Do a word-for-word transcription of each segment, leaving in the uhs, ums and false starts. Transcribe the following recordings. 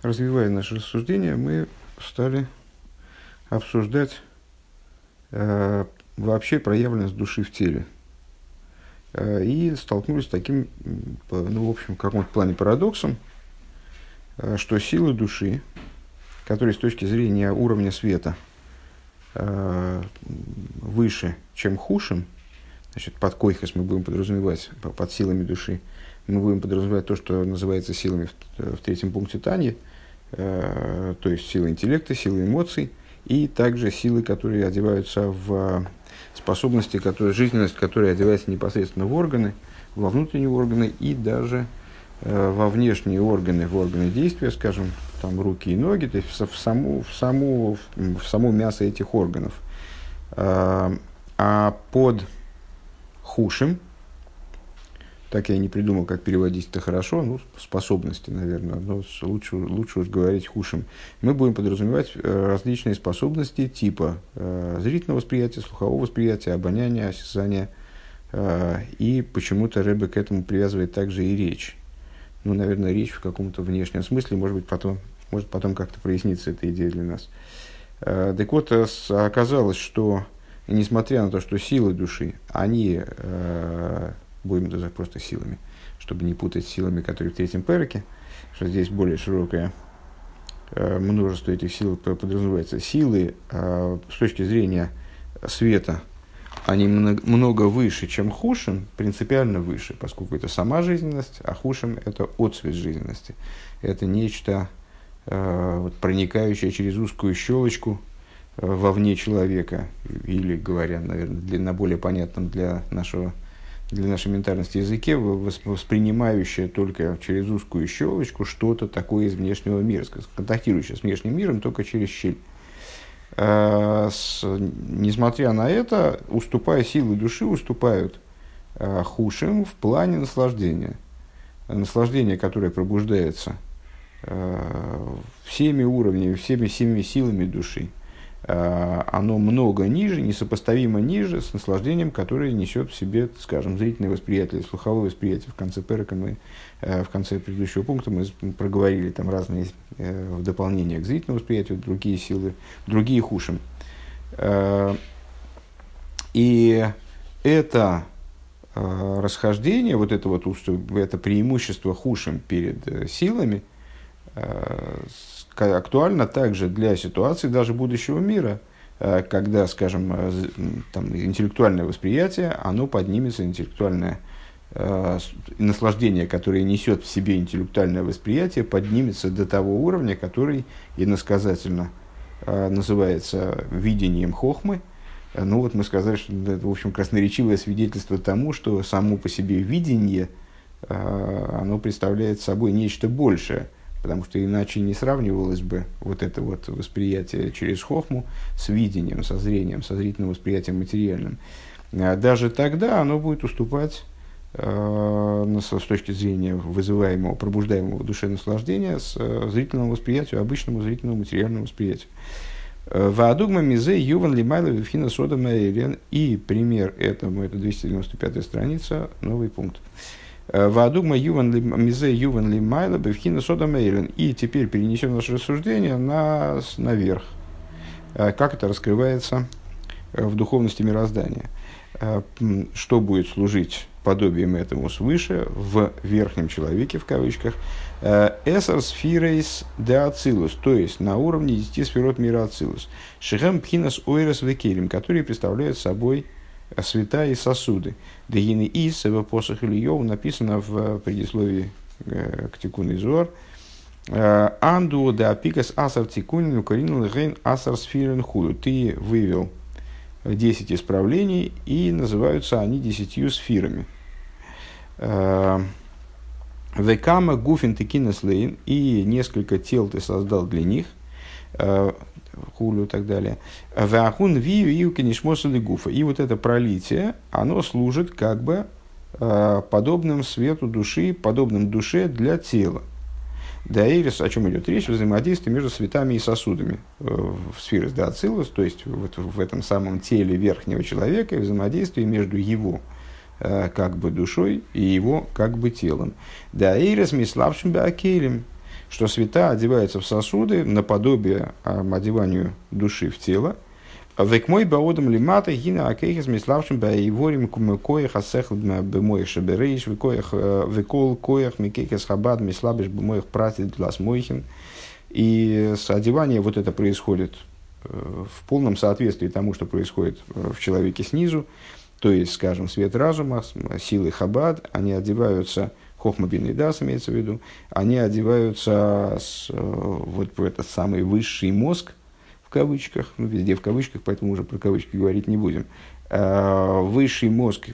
Развивая наше рассуждение, мы стали обсуждать э, вообще проявленность души в теле. Э, и столкнулись с таким, ну, в общем, в каком-то плане парадоксом, э, что силы души, которые с точки зрения уровня света э, выше, чем хушим, значит, под койхос мы будем подразумевать, под силами души, мы будем подразумевать то, что называется силами в, в третьем пункте Тани, э, то есть силы интеллекта, силы эмоций, и также силы, которые одеваются в способности, которые, жизненность, которая одевается непосредственно в органы, во внутренние органы и даже э, во внешние органы, в органы действия, скажем, там руки и ноги, то есть в саму, в саму, в само мясо этих органов. А, а под хушим, так я не придумал, как переводить это хорошо, ну, способности, наверное, но лучше, лучше уж говорить хушим. Мы будем подразумевать различные способности типа э, зрительного восприятия, слухового восприятия, обоняния, осязания, э, и почему-то Ребе к этому привязывает также и речь. Ну, наверное, речь в каком-то внешнем смысле, может быть, потом, может, потом как-то прояснится эта идея для нас. Э, так вот, оказалось, что несмотря на то, что силы души, они... Э, будем называть просто силами, чтобы не путать с силами, которые в третьем переке, что здесь более широкое э, множество этих сил подразумевается. Силы э, с точки зрения света, они много, много выше, чем хушим, принципиально выше, поскольку это сама жизненность, а хушим – это отцвет жизненности. Это нечто, э, вот, проникающее через узкую щелочку э, вовне человека, или, говоря, наверное, для, на более понятном для нашего для нашей ментальности языке, воспринимающее только через узкую щелочку что-то такое из внешнего мира, контактирующее с внешним миром только через щель. А, с, несмотря на это, уступая силы души, уступают а, хушим в плане наслаждения. Наслаждение, которое пробуждается а, всеми уровнями, всеми семи силами души, оно много ниже, несопоставимо ниже с наслаждением, которое несет в себе, скажем, зрительное восприятие, слуховое восприятие. В конце перека мы, в конце предыдущего пункта мы проговорили там разные в дополнение к зрительному восприятию, другие силы, другие хушим. И это расхождение, вот это вот это преимущество хушим перед силами, актуально также для ситуации даже будущего мира, когда, скажем, там, интеллектуальное восприятие, оно поднимется, интеллектуальное э, наслаждение, которое несет в себе интеллектуальное восприятие, поднимется до того уровня, который иносказательно э, называется видением хохмы. Ну вот мы сказали, что это, в общем, красноречивое свидетельство тому, что само по себе видение, э, оно представляет собой нечто большее. Потому что иначе не сравнивалось бы вот это вот восприятие через хохму с видением, со зрением, со зрительным восприятием материальным. Даже тогда оно будет уступать э, с, с точки зрения вызываемого, пробуждаемого душе наслаждения с э, зрительному восприятию, обычному зрительному материальному восприятию. Ваадугма мизе юван лимайла вифхина сода мэйлен. И пример этому, это двести девяносто пятая страница, новый пункт. Ваадугма юван мизе юван лимайла бевхина сода мейлен. И теперь перенесем наше рассуждение на, наверх. Как это раскрывается в духовности мироздания. Что будет служить подобием этому свыше в верхнем человеке, в кавычках, эсар сфирейс де ацилус, то есть на уровне десяти сферот мира ацилус, шехем пхинас ойрес векелим, которые представляют собой света и сосуды. Дегины из в посох Ильёв написано в предисловии э, к Тикуну Зоар. Анду да апикас асар тикунин укоринул рейн асар сфирен худу. Ты вывел десять исправлений, и называются они десятью сферами. Векама гуфин тикинес лейн, и несколько тел ты создал для них. Хулю и так далее. Вахун вию и укинишмосали гуфа. И вот это пролитие, оно служит как бы э, подобным свету души, подобным душе для тела. Даирис, о чем идет речь, взаимодействие между светами и сосудами э, в сфере ацилус, то есть вот в этом самом теле верхнего человека, и взаимодействие между его э, как бы душой и его как бы телом. Даирис миславшим беакелем. что света одеваются в сосуды наподобие одеванию души в тело. Век мой баодам лимата гина акейхас миславшим баиворим кумекоях асехл бемоих шаберейш векол коях микейхас хабад мислабиш бемоих пратит глаз мойхин. И одевание вот это происходит в полном соответствии тому, что происходит в человеке снизу. То есть, скажем, свет разума, силы хабад, они одеваются, хохма бин идас имеется в виду, они одеваются с, вот в этот самый высший мозг, в кавычках, ну, везде в кавычках, поэтому уже про кавычки говорить не будем. Высший мозг,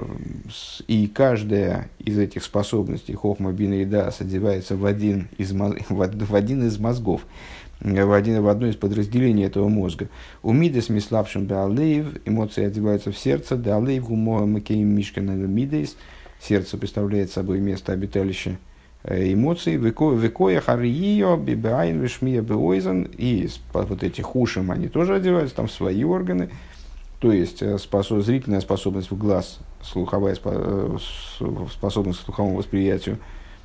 и каждая из этих способностей, хохма бин идас, одевается в один из, в один из мозгов, в, один, в одно из подразделений этого мозга. У мидес миславшим беалеев, эмоции одеваются в сердце, беалеев гумо макеим мишкана мидес, сердце представляет собой место обиталища эмоций, векоя харьио бибайн вишмия беойзен, и вот эти хушим, они тоже одеваются там в свои органы, то есть способ, зрительная способность в глаз, слуховая способность к слуховому восприятию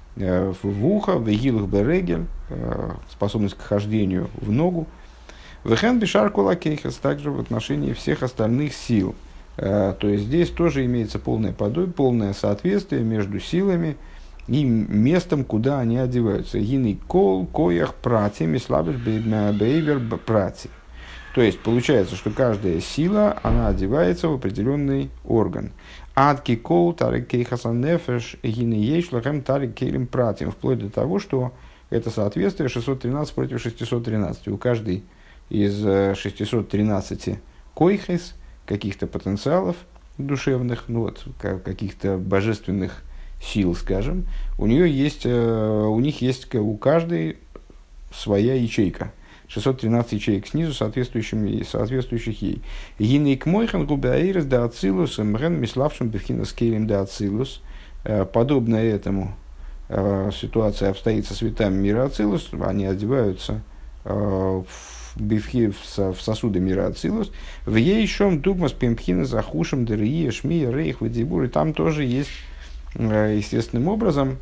в ухо, в гилах берегель, способность к хождению в ногу, в хен бишар кулакейхас, также в отношении всех остальных сил. То есть здесь тоже имеется полное подобие, полное соответствие между силами и местом, куда они одеваются. Гины кол, коях, прати, мислабиш, бейвер, прати. То есть получается, что каждая сила, она одевается в определенный орган. Адки кол, тарик кейхасан нефеш, гины ейш, лахем тарик кейлим пратим. Вплоть до того, что это соответствие шестьсот тринадцать против шестьсот тринадцать. У каждой из шестисот тринадцати койхес, каких-то потенциалов душевных, ну вот, каких-то божественных сил, скажем, у нее есть, у них есть у каждой своя ячейка. шестьсот тринадцать ячеек снизу, соответствующих ей. Гинейк мойхан губаирис да ацилус, мрен миславшим бифхинас кейлем да ацилус. Подобно этому ситуация обстоит со светами мира ацилус, они одеваются в бифхи в сосуды мира ацилус. В ей шом дугмас пемпхина захушем дырие шмия рейх вадибур. И там тоже есть естественным образом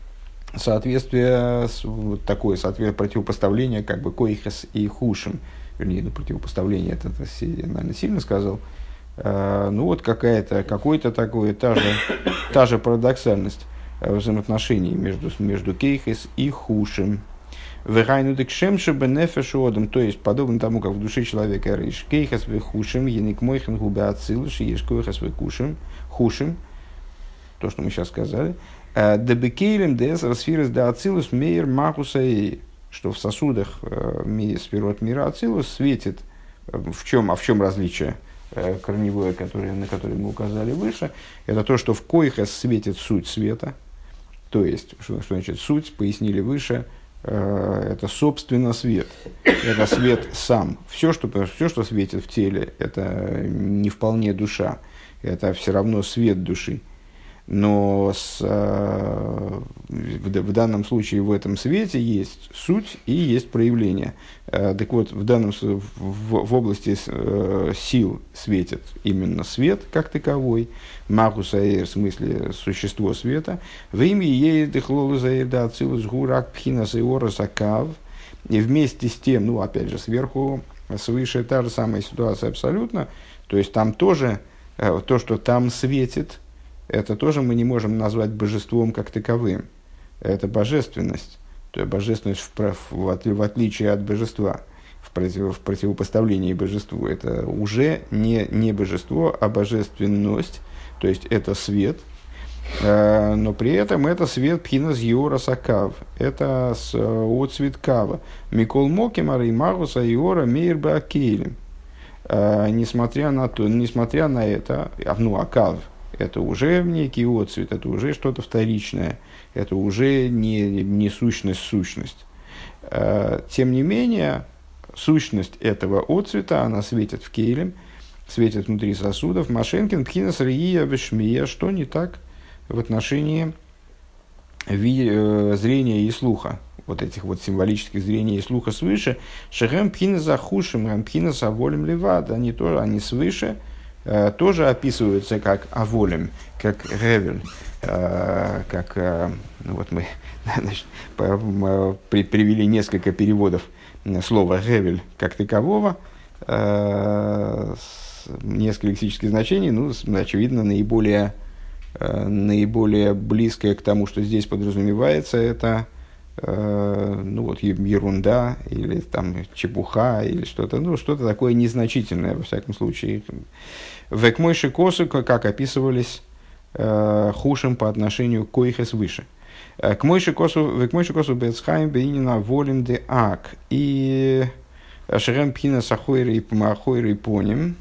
соответствие, вот такое соответствие, противопоставление как бы коихас и хушим. Вернее, ну, противопоставление, это, это я, наверное, сильно сказал. А, ну вот какая-то, какое-то такое, та же, та же парадоксальность взаимоотношений между, между кейхас и хушим. То есть, подобно тому, как в душе человека рейш кейхас в хушим, еник мойхан губе ацилус, еш койхас в кушим, хушим, то, что мы сейчас сказали, дебекейлем дес расфирес да ацилус мейер махусаи, что в сосудах сферот мира ацилус светит, в чем, а в чем различие корневое, которое, на которое мы указали выше, это то, что в койхас светит суть света, то есть, что, что значит суть, пояснили выше, это, собственно, свет. Это свет сам. Все что, все, что светит в теле, это не вполне душа. Это все равно свет души. Но с, в, в данном случае в этом свете есть суть и есть проявление. Так вот, в, данном, в, в области сил светит именно свет как таковой. Магус аэр, в смысле существо света. В имя ей дыхлолу заэда ацилус гурак пхинас и орас акав. И вместе с тем, ну опять же сверху, свыше та же самая ситуация абсолютно. То есть там тоже, то, что там светит, это тоже мы не можем назвать божеством как таковым. Это божественность. То есть божественность в, в, в отличие от божества, в, против, в противопоставлении божеству. Это уже не, не божество, а божественность. То есть это свет. Э, но при этом это свет пхинас йора сакав. Это отцвет кава. Микол мокимар и магуса йора мейр баакейлем. Несмотря на то, несмотря на это, ну акав, это уже некий отцвет, это уже что-то вторичное, это уже не, не сущность, сущность. Тем не менее, сущность этого отцвета, она светит в кейлем, светит внутри сосудов. Машенкин, пхинас, рия, вешмия, что не так в отношении зрения и слуха, вот этих вот символических зрения и слуха свыше. Шехем пхинас захушим, пхинас аволем левад, они тоже, они свыше, э, тоже описываются как аволем, как ревель, э, как, э, ну вот мы значит, по, по, при, привели несколько переводов слова ревель как такового, э, несколько лексических значений, ну, очевидно, наиболее, э, наиболее близкое к тому, что здесь подразумевается, это э, ну, вот, ерунда или там, чепуха или что-то, ну, что-то такое незначительное, во всяком случае. Век мойши косу, как описывались э, хушем по отношению к койхес выше. К мойши косу, век мойши косу бецхайм бейнина волим де ак. И шерен пхина сахойры и помахойры и поним.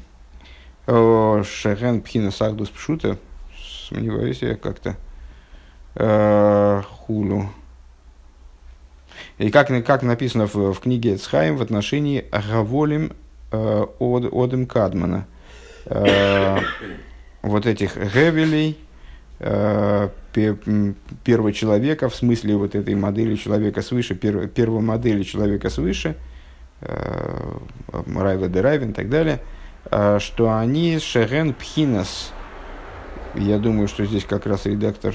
Шерен пхина сахдус пшута. Сомневаюсь я как-то. Э, хулу. И как, как написано в, в книге Эцхайм в отношении Гаволим э, од, Одем Кадмана. Э, вот этих гевелей э, пе, первого человека, в смысле вот этой модели человека свыше, пер, первой модели человека свыше, э, Райва де Райвен и так далее, э, что они шерен пхинас. Я думаю, что здесь как раз редактор,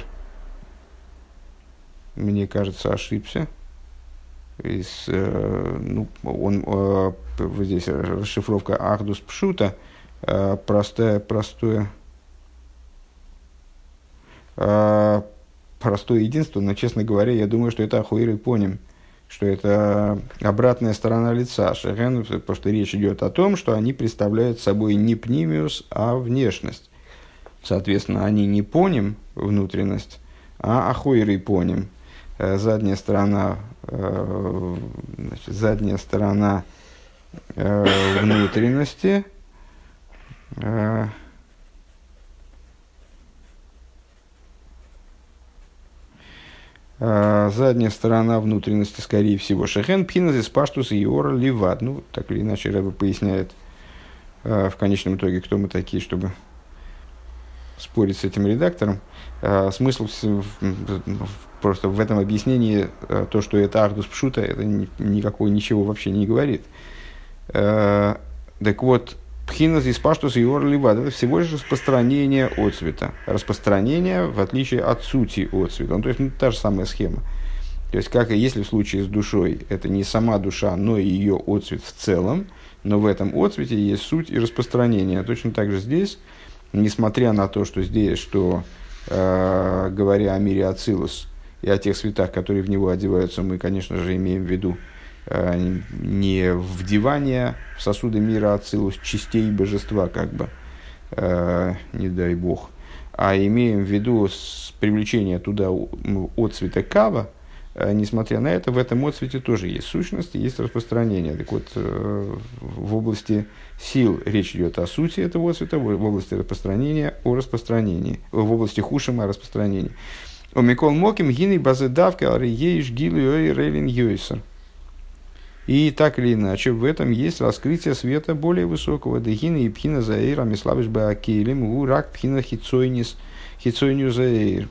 мне кажется, ошибся. Из, э, ну, он, э, здесь расшифровка Ахдус Пшута, э, простое, простое, э, простое единство, но, честно говоря, я думаю, что это Ахуир и Поним, что это обратная сторона лица Шерен, потому что речь идет о том, что они представляют собой не пнимиус, а внешность. Соответственно, они не поним, внутренность, а Ахуир и Поним. Задняя сторона, значит, задняя сторона э, внутренности, э, э, задняя сторона внутренности, скорее всего, шехен пхиназ из паштус и ора ливад. Ну, так или иначе, Ребе поясняет э, в конечном итоге, кто мы такие, чтобы спорить с этим редактором. Э, смысл в, в, просто в этом объяснении э, то, что это Ахдус Пшута, это ни, никакого ничего вообще не говорит. Э, так вот, Пхинас из Паштус и Орливад — это всего лишь распространение отцвета. Распространение в отличие от сути отцвета. Ну, то есть, ну, та же самая схема. То есть, как и если в случае с душой, это не сама душа, но и ее отцвет в целом, но в этом отцвете есть суть и распространение. Точно так же здесь, несмотря на то, что здесь, что, э, говоря о мире Ацилус и о тех светах, которые в него одеваются, мы, конечно же, имеем в виду э, не вдевание в сосуды мира Ацилус частей божества, как бы, э, не дай бог, а имеем в виду с привлечение туда отцвета кава. Э, несмотря на это, в этом отцвете тоже есть сущность, есть распространение. Так вот, э, в области сил речь идет о сути этого отцвета, в области распространения о распространении, в области хушима о распространении. У Микол Моким гины базы давка ариеиш гилу и рейлин йойсер. И так или иначе, в этом есть раскрытие света более высокого. Дегины и пхина заэйр, амиславиш баакелем, у рак пхина хитсойнис, хитсойню заэйр.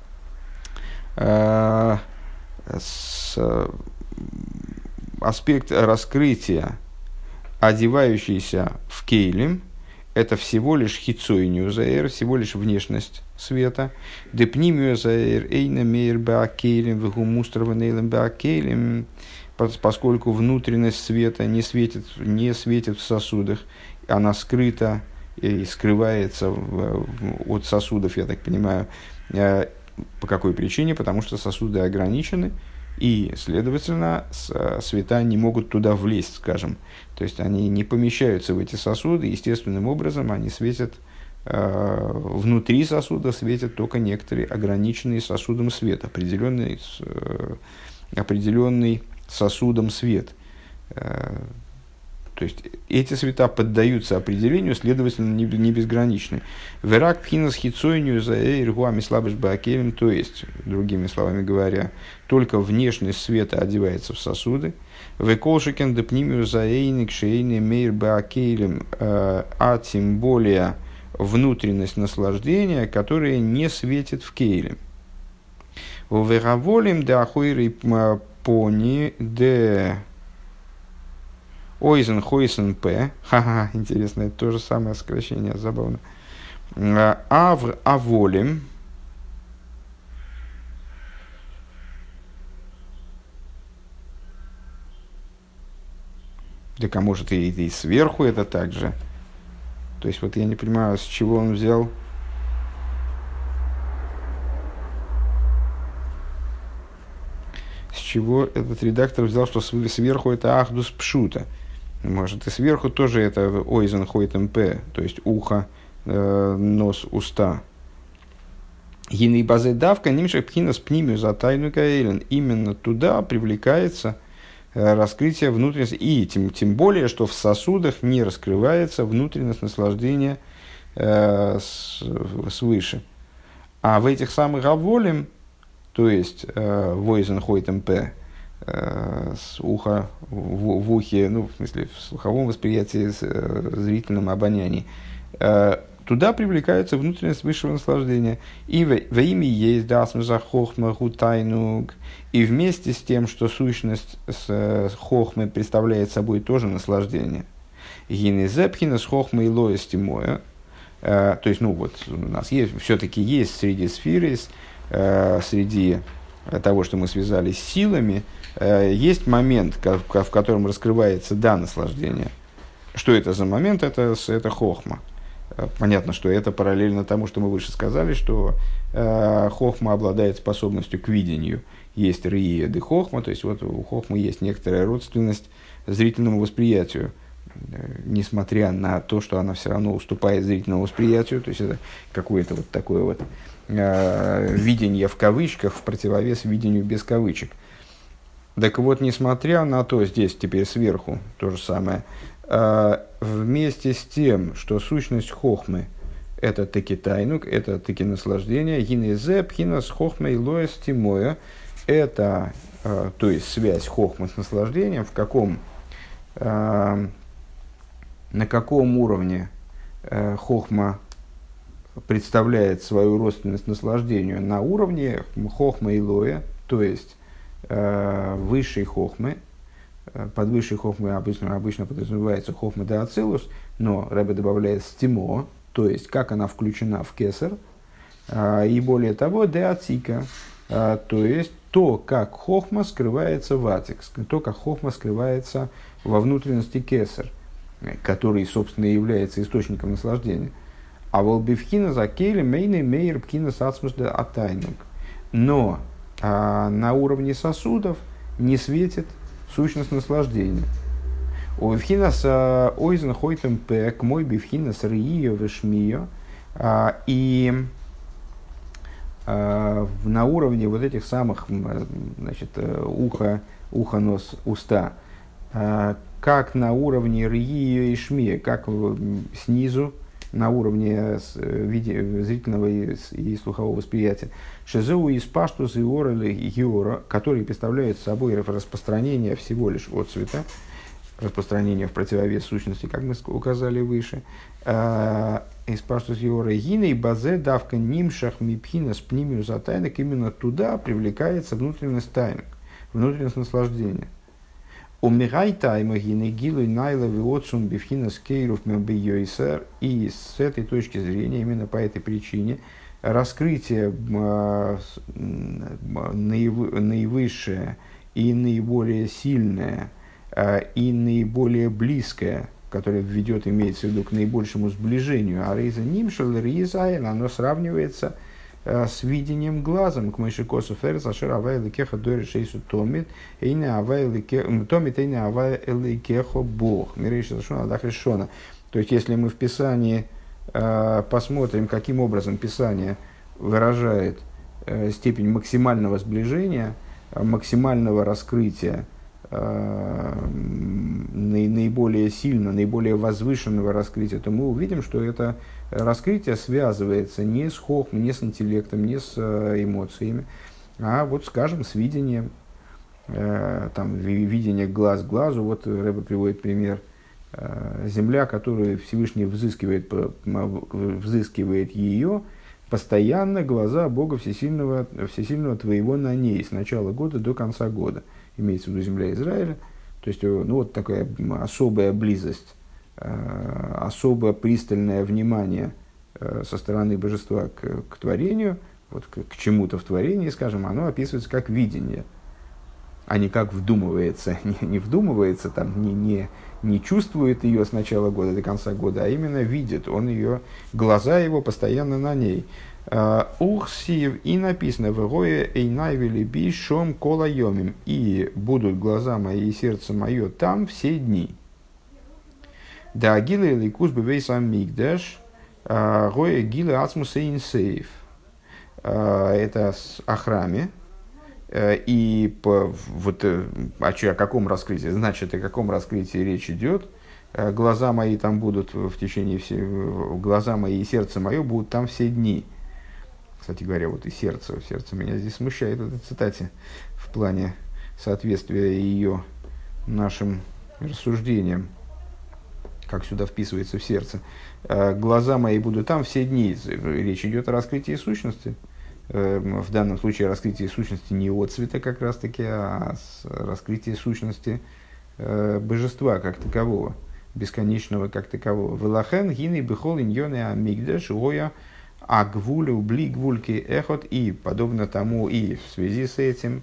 Аспект раскрытия, одевающийся в кейлем, это всего лишь хитсойню заэр, всего лишь внешность света. Депнимию заэр, эйна мейр баакелем, вегумустрова нейлем баакелем, поскольку внутренность света не светит, не светит в сосудах, она скрыта и скрывается в, в, от сосудов, я так понимаю. По какой причине? Потому что сосуды ограничены, и, следовательно, света не могут туда влезть, скажем. То есть, они не помещаются в эти сосуды, естественным образом они светят, э, внутри сосуда светят только некоторые ограниченные сосудом свет, определенный, э, определенный сосудом свет. Э, то есть, эти света поддаются определению, следовательно, не, не безграничны. Верак пхинас хитсойню за эйргуами слабыш баакелем, то есть, другими словами говоря, только внешность света одевается в сосуды. Веколшикен депнимию за эйник шейни мейр баакелем, а тем более внутренность наслаждения, которая не светит в кейлем. Вераволим де ахуири пони де Ойзен Хойсен П. Ха-ха, интересно, это то же самое сокращение, забавно. Авр Аволим. Так, а может и, и сверху это также. То есть, вот я не понимаю, с чего он взял. С чего этот редактор взял, что сверху это Ахдус Пшута. Может, и сверху тоже это Ойзен Хойтем П, то есть ухо, э, нос, уста. Гины базы давка нимших пхинас пнимию за тайну каэлен. Именно туда привлекается э, раскрытие внутренности. И тем, тем более, что в сосудах не раскрывается внутренность наслаждения э, с, свыше. А в этих самых аволем, то есть Войзен Хойтем П, с уха в, в ухе, ну, в смысле, в слуховом восприятии, с, э, зрительном обонянии, э, туда привлекается внутренность высшего наслаждения. И во, во имя есть дасмза хохма гутайнуг. И вместе с тем, что сущность с, с хохмой представляет собой тоже наслаждение. Гинезепхина с хохмой лоести моя. То есть, ну вот, у нас есть, все-таки есть среди сферы, э, среди того, что мы связали с силами, есть момент, в котором раскрывается да, наслаждение. Что это за момент? Это, это хохма. Понятно, что это параллельно тому, что мы выше сказали, что э, хохма обладает способностью к видению. Есть рия де хохма, то есть вот у хохмы есть некоторая родственность зрительному восприятию, несмотря на то, что она все равно уступает зрительному восприятию. То есть это какое-то вот такое вот э, видение в кавычках в противовес видению без кавычек. Так вот, несмотря на то, здесь теперь сверху то же самое, э, вместе с тем, что сущность хохмы – это таки тайнук, это таки наслаждение, гинезе пхинас хохмой лоэс тимоя – это, э, то есть, связь хохмы с наслаждением, в каком, э, на каком уровне э, хохма представляет свою родственность наслаждению, на уровне хохма и лоя, то есть, высшей хохмы. Под высшей хохмой обычно, обычно подразумевается хохма де ацилус, но Ребе добавляет стимо, то есть как она включена в кесар, и более того, де ацика, то есть то, как хохма скрывается в атик, то, как хохма скрывается во внутренности кесар, который, собственно, является источником наслаждения. А волбивхина закели мейны мейр пхина сацмус де атайнук. Но а на уровне сосудов не светит сущность наслаждения. У бифхинас ойзен хойтем пек, мой бифхинас риио вешмио. И а, на уровне вот этих самых, значит, ухо, ухо, нос, уста, а, как на уровне риио и шмия, как снизу, на уровне зрительного и, и слухового восприятия. Шезеу и спаштус и орели геора, которые представляют собой распространение всего лишь от цвета, распространение в противовес сущности, как мы указали выше. И спаштус и орели гина и базе давка нимшах мипхина с пнимию затайнок, именно туда привлекается внутренность тайнок, внутренность наслаждения. Умирайта и магины гилы найла виотсун бифхина скейров мебиойсер. И с этой точки зрения, именно по этой причине, раскрытие э, наивысшее и наиболее сильное э, и наиболее близкое, которое ведет, имеется в виду, к наибольшему сближению, а рейза нимшел рейзайн, оно сравнивается с видением глазом, к мышекосу ферза шаравай лекеха дори шейсу томит эйне авай лекеха томит эйне авай лекеха бог мирейши зашона дах решона. То есть, если мы в Писании э, посмотрим, каким образом Писание выражает э, степень максимального сближения, максимального раскрытия, э, наиболее сильно, наиболее возвышенного раскрытия, то мы увидим, что это раскрытие связывается не с хохмой, не с интеллектом, не с э, эмоциями, а вот, скажем, с видением, э, там, видение глаз к глазу. Вот Ребе приводит пример. Э, земля, которую Всевышний взыскивает, взыскивает ее, постоянно глаза Бога Всесильного, Всесильного твоего на ней, с начала года до конца года. Имеется в виду земля Израиля, То есть, ну, вот такая особая близость, особо пристальное внимание со стороны божества к, к творению, вот к, к чему-то в творении, скажем, оно описывается как видение, а не как вдумывается, не, не вдумывается, там, не, не, не чувствует ее с начала года до конца года, а именно видит, он ее, глаза его постоянно на ней. Ухсив, и написано в Гое Эйнайвели Бишом Колайомим, и будут глаза мои и сердце мое там все дни. Да гилы ликус бевейсам мигдаш, Гое гилы ацмус эйнсейф. Это о храме. И по, вот, о, о каком раскрытии, значит, о каком раскрытии речь идет. Глаза мои там будут в течение всего, глаза мои и сердце мое будут там все дни. Кстати говоря, вот и сердце, сердце меня здесь смущает в этой цитате в плане соответствия ее нашим рассуждениям, как сюда вписывается в сердце. Глаза мои будут там все дни. Речь идет о раскрытии сущности. В данном случае раскрытие сущности не от цвета как раз таки, а раскрытие сущности божества как такового, бесконечного как такового. Велахен гины бихол иньоне амигдаш оя агвулю бли гвульки эхот, и подобно тому и в связи с этим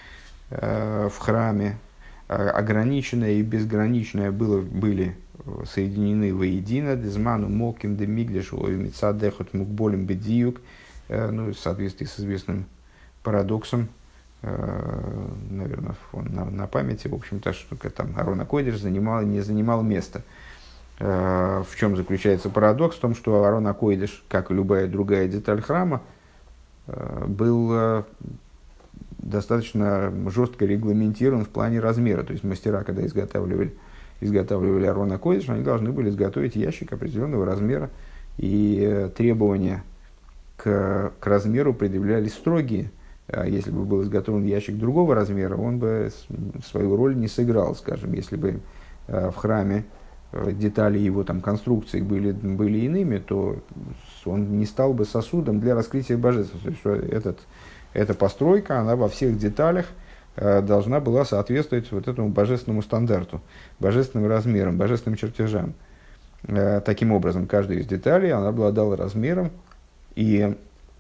в храме ограниченное и безграничное было, были соединены воедино. Дезману моким де мигдаш ой мицадехот мукболем бедиюк. Ну, в соответствии с известным парадоксом, э, наверное, на, на памяти, в общем-то, что там Арон ха-Койдеш занимал, не занимал места. Э, в чем заключается парадокс? В том, что Арон ха-Койдеш, как и любая другая деталь храма, э, был э, достаточно жестко регламентирован в плане размера. То есть мастера, когда изготавливали, изготавливали Арон ха-Койдеш, они должны были изготовить ящик определенного размера, и э, требования К, к размеру предъявлялись строгие. Если бы был изготовлен ящик другого размера, он бы свою роль не сыграл. Скажем, если бы в храме детали его там, конструкции были, были иными, то он не стал бы сосудом для раскрытия божества. То есть, этот, эта постройка, она во всех деталях должна была соответствовать вот этому божественному стандарту, божественным размерам, божественным чертежам. Таким образом, каждая из деталей она обладала размером. И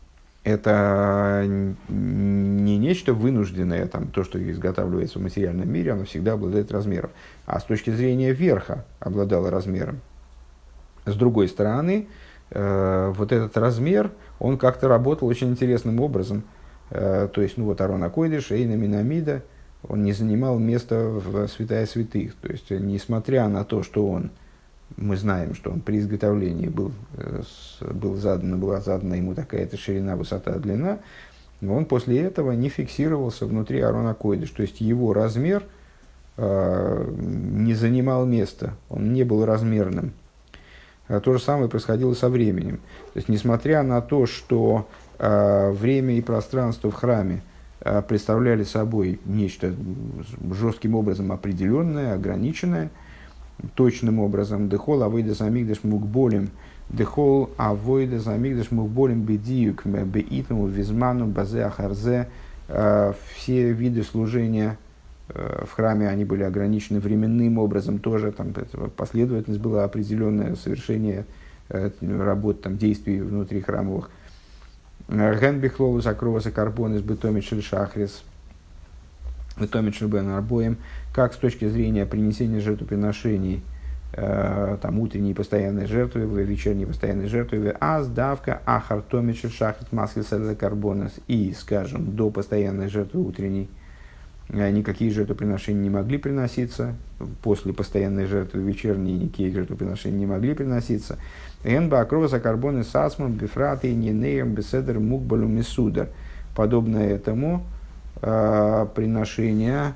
это не нечто вынужденное, там, то, что изготавливается в материальном мире, оно всегда обладает размером. А с точки зрения верха обладало размером. С другой стороны, э, вот этот размер, он как-то работал очень интересным образом. Э, то есть, ну вот Арон ха-Койдеш, Эйна Минамида, он не занимал места в святая святых. То есть, несмотря на то, что он, мы знаем, что он при изготовлении был, был задан, была задана ему такая-то ширина, высота, длина, но он после этого не фиксировался внутри Арон ха-Койдеш. То есть его размер э, не занимал места, он не был размерным. А то же самое происходило со временем. То есть, несмотря на то, что э, время и пространство в храме э, представляли собой нечто жестким образом определенное, ограниченное, точным образом, дехол авойда замигдаш мукболем, дехол авойда замигдаш мукболем бедиюк, беитному визману базе ахарзе. Все виды служения в храме, они были ограничены временным образом тоже, там последовательность была определенная, совершение работ, там, действий внутри храмовых. Ген бихлолус акроваса карбонис бетомит шельшахрис, бетомит шельбен арбоем. Как с точки зрения принесения жертвоприношений, э, там, утренней постоянной жертвы, вечерней постоянной жертвы, а сдавка ахартомича шахат маски карбонас, и, скажем, до постоянной жертвы утренней э, никакие жертвоприношения не могли приноситься, после постоянной жертвы вечерней никакие жертвоприношения не могли приноситься. Энба акроваса карбонас сасман бифраты нинеем беседер мукбалу мисудер. Подобно этому э, приношения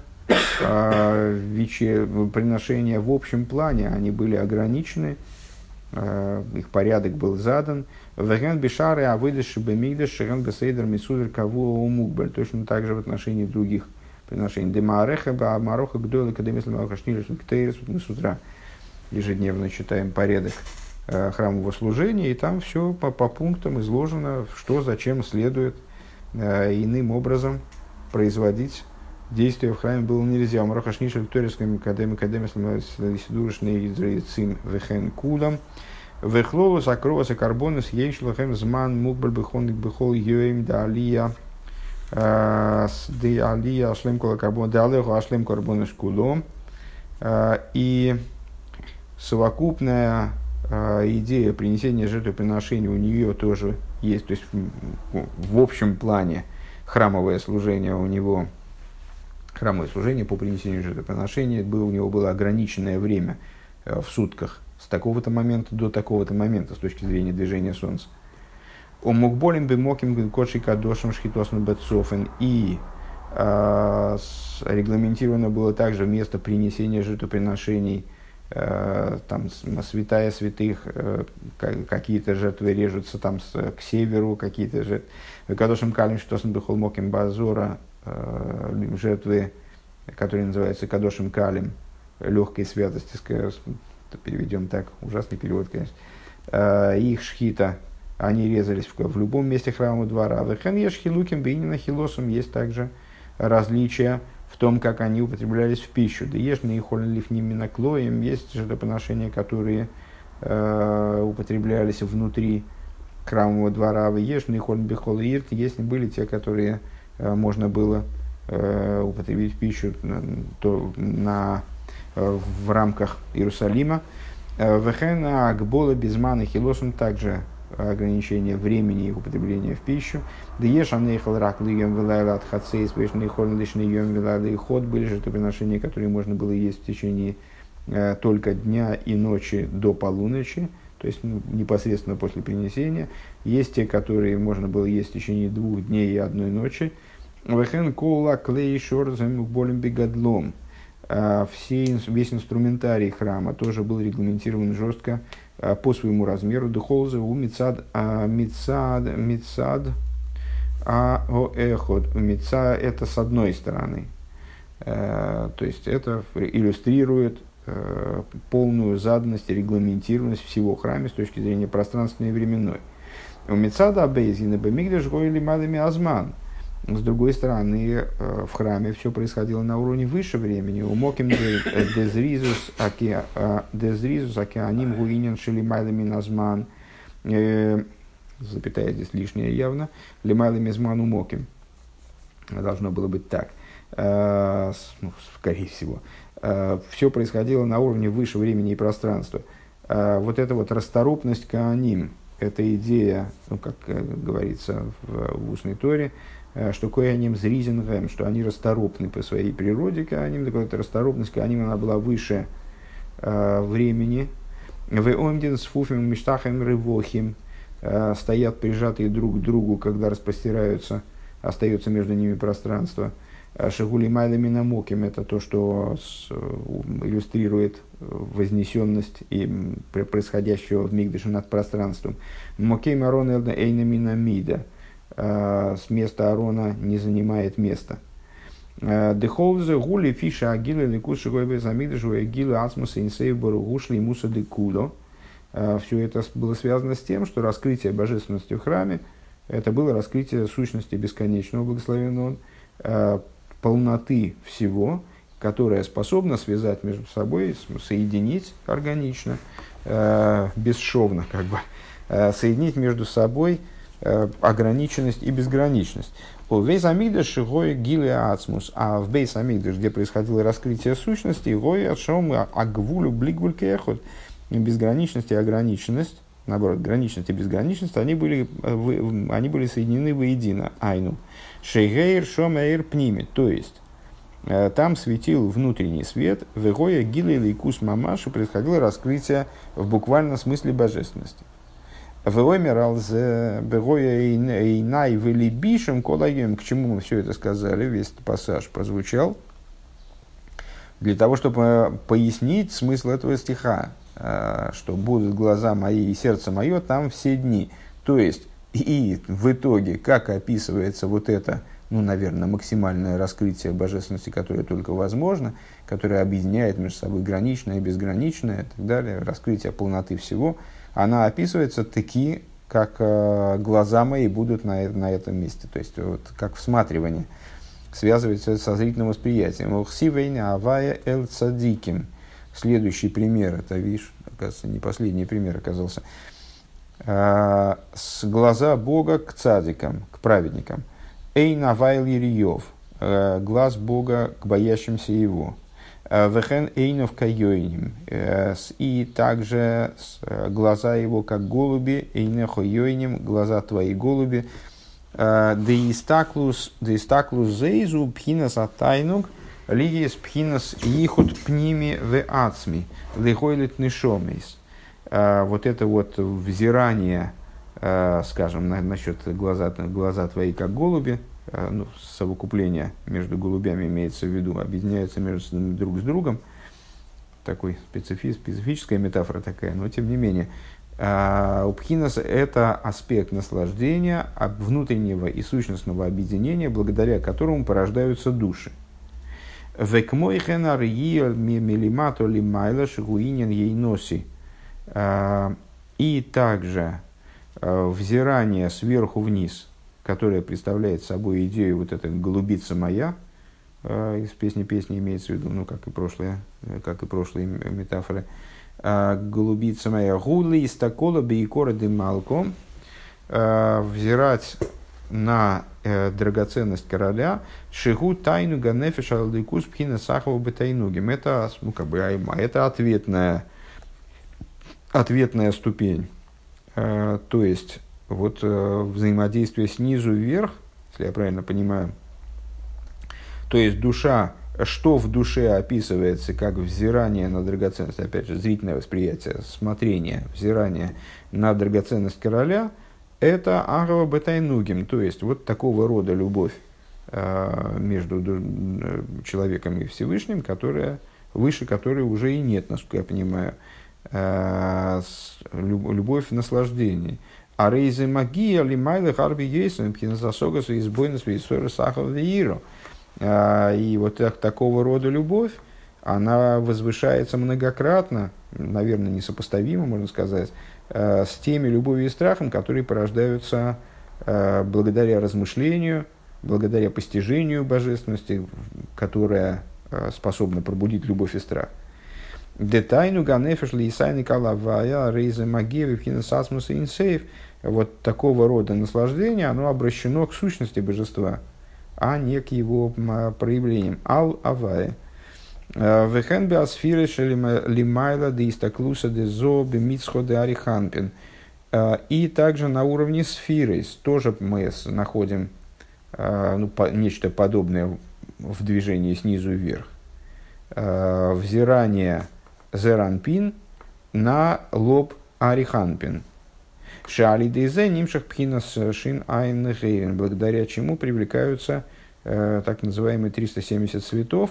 Вечер, приношения в общем плане, они были ограничены, их порядок был задан. Точно так же в отношении других приношений. Мы с утра ежедневно читаем порядок храмового служения, и там все по, по пунктам изложено, что зачем следует иным образом производить действия в храме было нельзя. Мрахашниша лекторисками кадеми кадеми сидуршные израильцим вехен кудам. Вехлолус акроваса карбонус ейшлахем зман мукбаль бехонник бехол йоим да алия де алия ашлем кола карбон да алеху ашлем карбонус кудом. И совокупная идея принесения жертвоприношения у нее тоже есть. То есть в общем плане храмовое служение у него, храмовое служение по принесению жертвоприношения, было, у него было ограниченное время в сутках с такого-то момента до такого-то момента с точки зрения движения солнца. У мукболим бы моким коши кадошем шхитосну бетсофен. И э, регламентировано было также место принесения жертвоприношений, э, там святая святых, э, какие-то жертвы режутся там с, к северу, какие-то жертвы. Кадошем калим шхитосну бехол моким базора, э, жертвы, которые называются кадошем калим, легкой святости, переведем так, ужасный перевод, конечно, их шхита, они резались в, в любом месте храмового двора. В Эхен хилуким бейнина хилосом есть также различия в том, как они употреблялись в пищу. Да ешны и холен лифнимина клоем, есть жертвоприношения, которые э, употреблялись внутри храмового двора. В ешны и холен бихол ирт, есть были те, которые э, можно было э, употребить в пищу на, то, на в рамках Иерусалима. Вехена акбола безмана хилосом, также ограничение времени их употребления в пищу. Дееша нейхал рак льем вилайла от хацейс, вешный холн лишний йом вилайла и ход, были жертвоприношения, которые можно было есть в течение э, только дня и ночи до полуночи, то есть ну, непосредственно после принесения. Есть те, которые можно было есть в течение двух дней и одной ночи. Вехен кола клей шорзем болем бегадлом. Все, весь инструментарий храма тоже был регламентирован жестко по своему размеру. Духолза у мицад мицад мицад а о эход. Мица это с одной стороны. То есть это иллюстрирует полную заданность и регламентированность всего храма с точки зрения пространственной и временной. У мицада абейзина бемигдеш гоили малыми азман. С другой стороны, в храме все происходило на уровне выше времени. У моким дезризус океаним гуинен шелимайлами назман. Запятая здесь лишняя явно. Лимайлами зман у моким. Должно было быть так. Ну, скорее всего. Все происходило на уровне выше времени и пространства. Вот эта вот расторопность кааним, эта идея, ну, как говорится в, в устной Торе, что коаним зризингем, что они расторопны по своей природе, коаним, такая расторопность коаним, она была выше э, времени. В омдин с фуфим миштахем рывохим, э, стоят прижатые друг к другу, когда распростираются, остается между ними пространство. Шагули майлами намоким, это то, что с, иллюстрирует вознесенность и происходящего в мигдаше над пространством. Мокейм арон элна эйнамина мида. С места Арона не занимает места. Дехолзе гули фиша агилы ликус шигойбе замидышу агилы ацмуса инсейв баругушли муса декудо. Все это было связано с тем, что раскрытие божественности в храме это было раскрытие сущности бесконечного, благословен он, полноты всего, которая способна связать между собой, соединить органично, бесшовно, как бы, соединить между собой ограниченность и безграничность. У Бейс Амигдаш Гой Гиле Ацмус, а в Бейс Амигдаш, где происходило раскрытие сущности, Гой Атшом Агвулю Блигвуль Кехот, безграничность и ограниченность, наоборот, граничность и безграничность, они были, они были соединены воедино. Айну. Шейгейр Шомейр Пними, то есть там светил внутренний свет, в Гое Гиле Лейкус Мамаши происходило раскрытие в буквальном смысле божественности. К чему мы все это сказали? Весь этот пассаж прозвучал для того, чтобы пояснить смысл этого стиха, что будут глаза мои и сердце мое там все дни. То есть, и в итоге, как описывается вот это, ну, наверное, максимальное раскрытие божественности, которое только возможно, которое объединяет между собой граничное и безграничное и так далее, раскрытие полноты всего, она описывается таки, как э, глаза мои будут на, на этом месте, то есть вот, как всматривание. связывается со зрительным восприятием. Ухсивейна авая эл цадиким. Следующий пример, это, видишь, оказывается, не последний пример оказался. А, с глаза Бога к цадикам, к праведникам. Эйн авайл ириев. Глаз Бога к боящимся Его. Вехен эйнов кайойним. И также глаза Его как голуби. Эйнехо йойним. Глаза твои голуби. Деистаклус зейзу пхинас атайнуг. Лигис пхинас ихут пними ве ацми. Лихойлит нишомейс. Вот это вот взирание, скажем, насчет глаза, глаза твои как голуби. Ну, совокупление между голубями имеется в виду, объединяются между друг с другом. Такой специфи, специфическая метафора такая, но тем не менее. Упхинас – это аспект наслаждения, внутреннего и сущностного объединения, благодаря которому порождаются души. И также взирание сверху вниз, которая представляет собой идею вот этой голубица моя, э, из песни песни имеется в виду, ну, как и прошлые, как и прошлые метафоры, э, голубица моя, гули из такола бейкора демалко, э, взирать на э, драгоценность короля, шигу тайну ганефиш алдыкус пхина сахова бетайнугим. Это, ну, как бы, это ответная, ответная ступень, э, то есть вот э, взаимодействие снизу вверх, если я правильно понимаю, то есть душа, что в душе описывается как взирание на драгоценность, опять же, зрительное восприятие, смотрение, взирание на драгоценность короля, это агава бетайнугим, то есть вот такого рода любовь э, между ду- человеком и Всевышним, которая, выше которой уже и нет, насколько я понимаю, э, с, любовь в наслаждении. А рейзе магия лимайлы харби ейсен пхинасасогасу избойнас вейсора сахав веиру. И вот так, такого рода любовь, она возвышается многократно, наверное, несопоставимо, можно сказать, с теми любовью и страхом, которые порождаются благодаря размышлению, благодаря постижению божественности, которая способна пробудить любовь и страх. Детайну ганефеш лисайны калавая рейзе магия випхинасасмуса инсейв. Вот такого рода наслаждение, оно обращено к сущности божества, а не к его проявлениям. Ал-авае. Вехен беасфире лимайла де истаклуса де зо бемицхо де ариханпин. И также на уровне сферы тоже мы находим ну, по, нечто подобное в движении снизу вверх. Взирание зеранпин на лоб ариханпин. Шали дейзе нимшах пхинас шин айн гейвен, благодаря чему привлекаются э, так называемые триста семьдесят цветов,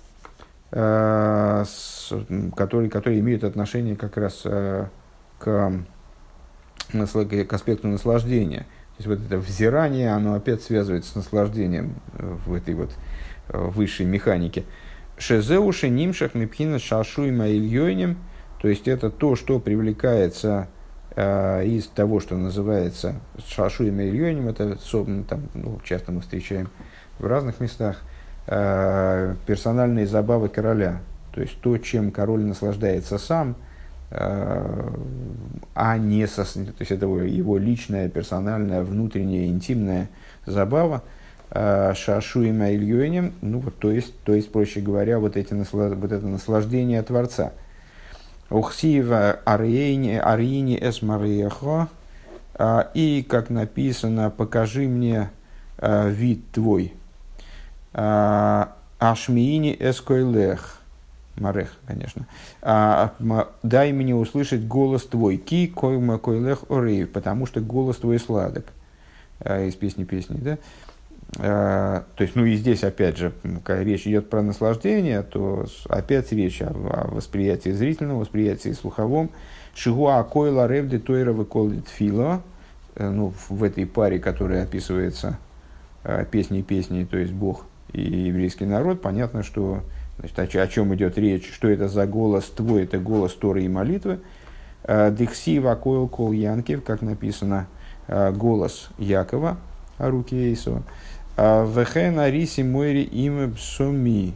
э, с, которые, которые имеют отношение как раз э, к, к аспекту наслаждения. То есть вот это взирание, оно опять связывается с наслаждением в этой вот высшей механике. Шезеуши нимшах мипхинас шашуй маильйойнем, то есть это то, что привлекается из того, что называется шашуем и ильёним, это там, ну, часто мы встречаем в разных местах, э, персональные забавы короля, то есть то, чем король наслаждается сам, э, а не со, то есть это его личная, персональная, внутренняя, интимная забава, э, шашуем и ильёним, ну вот, то есть, то есть, проще говоря, вот, эти, вот это наслаждение Творца. Ухсива ариини эсмариехо, и, как написано, покажи мне вид твой. Ашмиини эскойлех, марех, конечно. Дай мне услышать голос твой. Ки койма койлех орейв, потому что голос твой сладок. Из песни песни, да? То есть, ну и здесь, опять же, когда речь идет про наслаждение, то опять речь о, о восприятии зрительном, восприятии слуховом. Шигуа койла ревды тойра выколит фила. Ну, в этой паре, которая описывается песней песней, то есть Бог и еврейский народ, понятно, что, значит, о, о чем идет речь, что это за голос твой, это голос Торы и молитвы. Дикси вакойл кол янкив, как написано, голос Якова, о руке Иисуса. Вехен ариси мойри им псоми.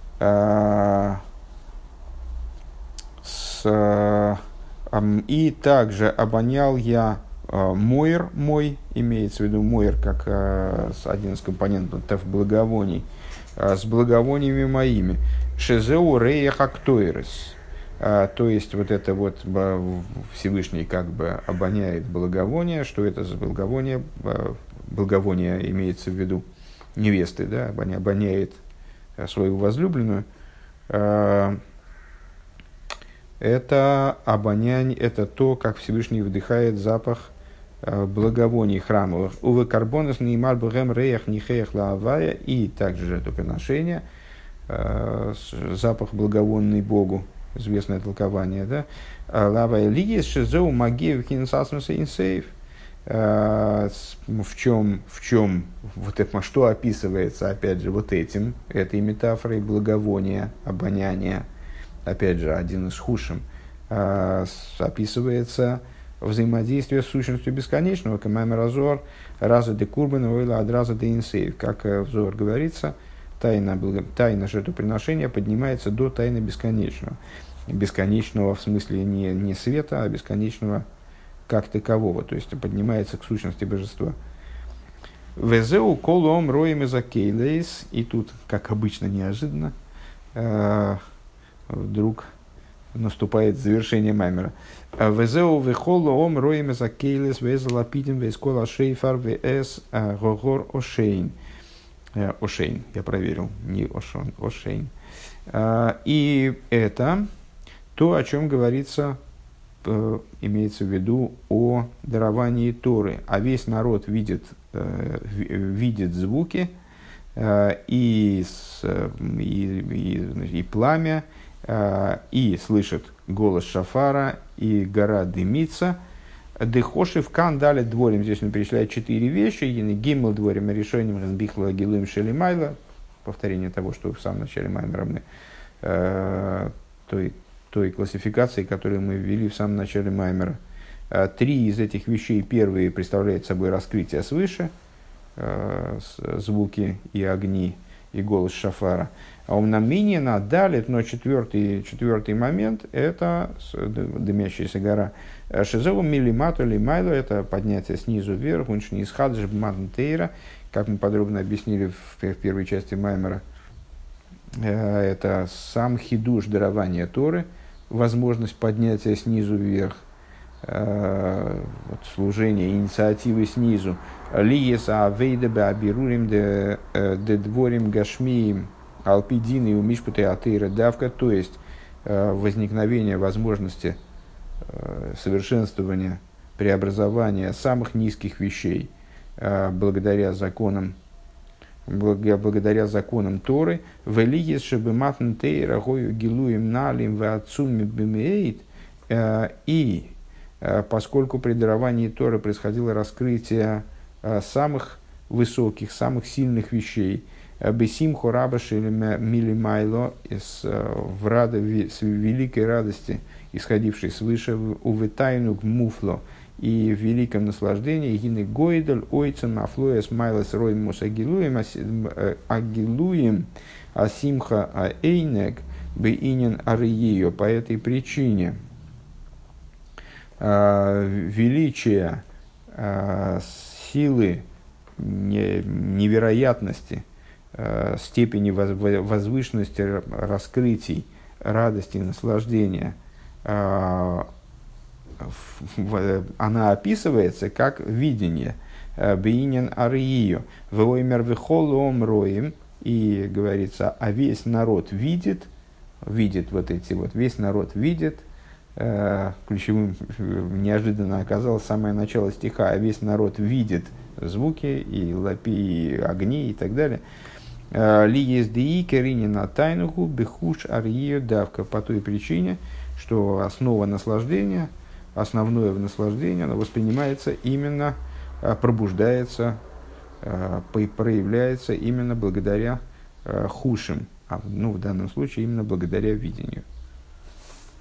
И также обонял я мойр мой, имеется в виду мойр как один из компонентов благовоний, с благовониями моими. Шезеу рея хактойрес. То есть, вот это вот Всевышний как бы обоняет благовоние. Что это за благовоние? Благовоние имеется в виду невесты, да? Обоняет свою возлюбленную. Это обоняние, это то, как Всевышний вдыхает запах благовоний храмовых. Увы карбонус неймар бхэм реях нихеях лаавая. И также жертвоприношение, запах благовонный Богу, известное толкование, да? Лавая лигис шизоу магеев хинсасмуса инсейв. В чем, в чем, вот это, что описывается, опять же, вот этим, этой метафорой благовония, обоняния, опять же, один из худшим, описывается взаимодействие с сущностью бесконечного, камамер азор, раза де курбана, ойла ад раза де инсейв. Как в Зоар говорится, тайна, тайна жертвоприношения поднимается до тайны бесконечного. Бесконечного в смысле не, не света, а бесконечного как такового, то есть поднимается к сущности божества. Везеу колом роем из акейлейс. И тут, как обычно, неожиданно, э, вдруг наступает завершение маймера. Везеу вехолом роем из акейлейс везлапидим везкола шейфар вес гогор ошейн. Ошейн, я проверил, не ошон, ошейн. И это то, о чем говорится, имеется в виду о даровании Торы. А весь народ видит, видит звуки и, и, и, и пламя, и слышит голос шафара, и гора дымится. Дехоши в кан дали дворим. Здесь он перечисляет четыре вещи. Гимл дворим решением разбихла гилуем шелимайла. Повторение того, что в самом начале маймера мы той той классификации, которую мы ввели в самом начале маймера. Три из этих вещей, первые, представляют собой раскрытие свыше, звуки и огни, и голос шафара. А у намини надалит, но четвертый, четвертый момент – это дымящаяся гора. Шизову милимату лимайло – это поднятие снизу вверх, уншни из хаджи бмаднтейра, как мы подробно объяснили в, в первой части маймера. Это сам хидуш дарования Торы, возможность поднятия снизу вверх, э, вот, служение, инициативы снизу. Лиеса авейдебе абирурим де дворим гашмиим алпидин и умишпуты атеира давка, то есть э, возникновение возможности э, совершенствования, преобразования самых низких вещей э, благодаря законам благодаря законам Торы, велиес чтобы матнтей рагою гилуем налим в отцуми бимеет, и поскольку при даровании Торы происходило раскрытие самых высоких, самых сильных вещей, бесим хорабаши милимайло с великой радости, исходившей свыше, увитайну гмуфло, и в великом наслаждении гины гойдаль ойцем афлоес майлес роймус агилуем агилуем асимха аэйнек бейнин арьею. По этой причине величие силы невероятности, степени возвышенности раскрытий, радости и наслаждения, она описывается как видение. Бейнин арию воймер вихолом роим, и говорится, а весь народ видит, видит вот эти вот, весь народ видит. Ключевым неожиданно оказалось самое начало стиха, а весь народ видит звуки и лапи, и огни и так далее. Ли ездии керинина тайнуху бехуш арию давка, по той причине, что основа наслаждения, основное в наслаждении, оно воспринимается именно, пробуждается, проявляется именно благодаря хушим, а ну, в данном случае именно благодаря видению.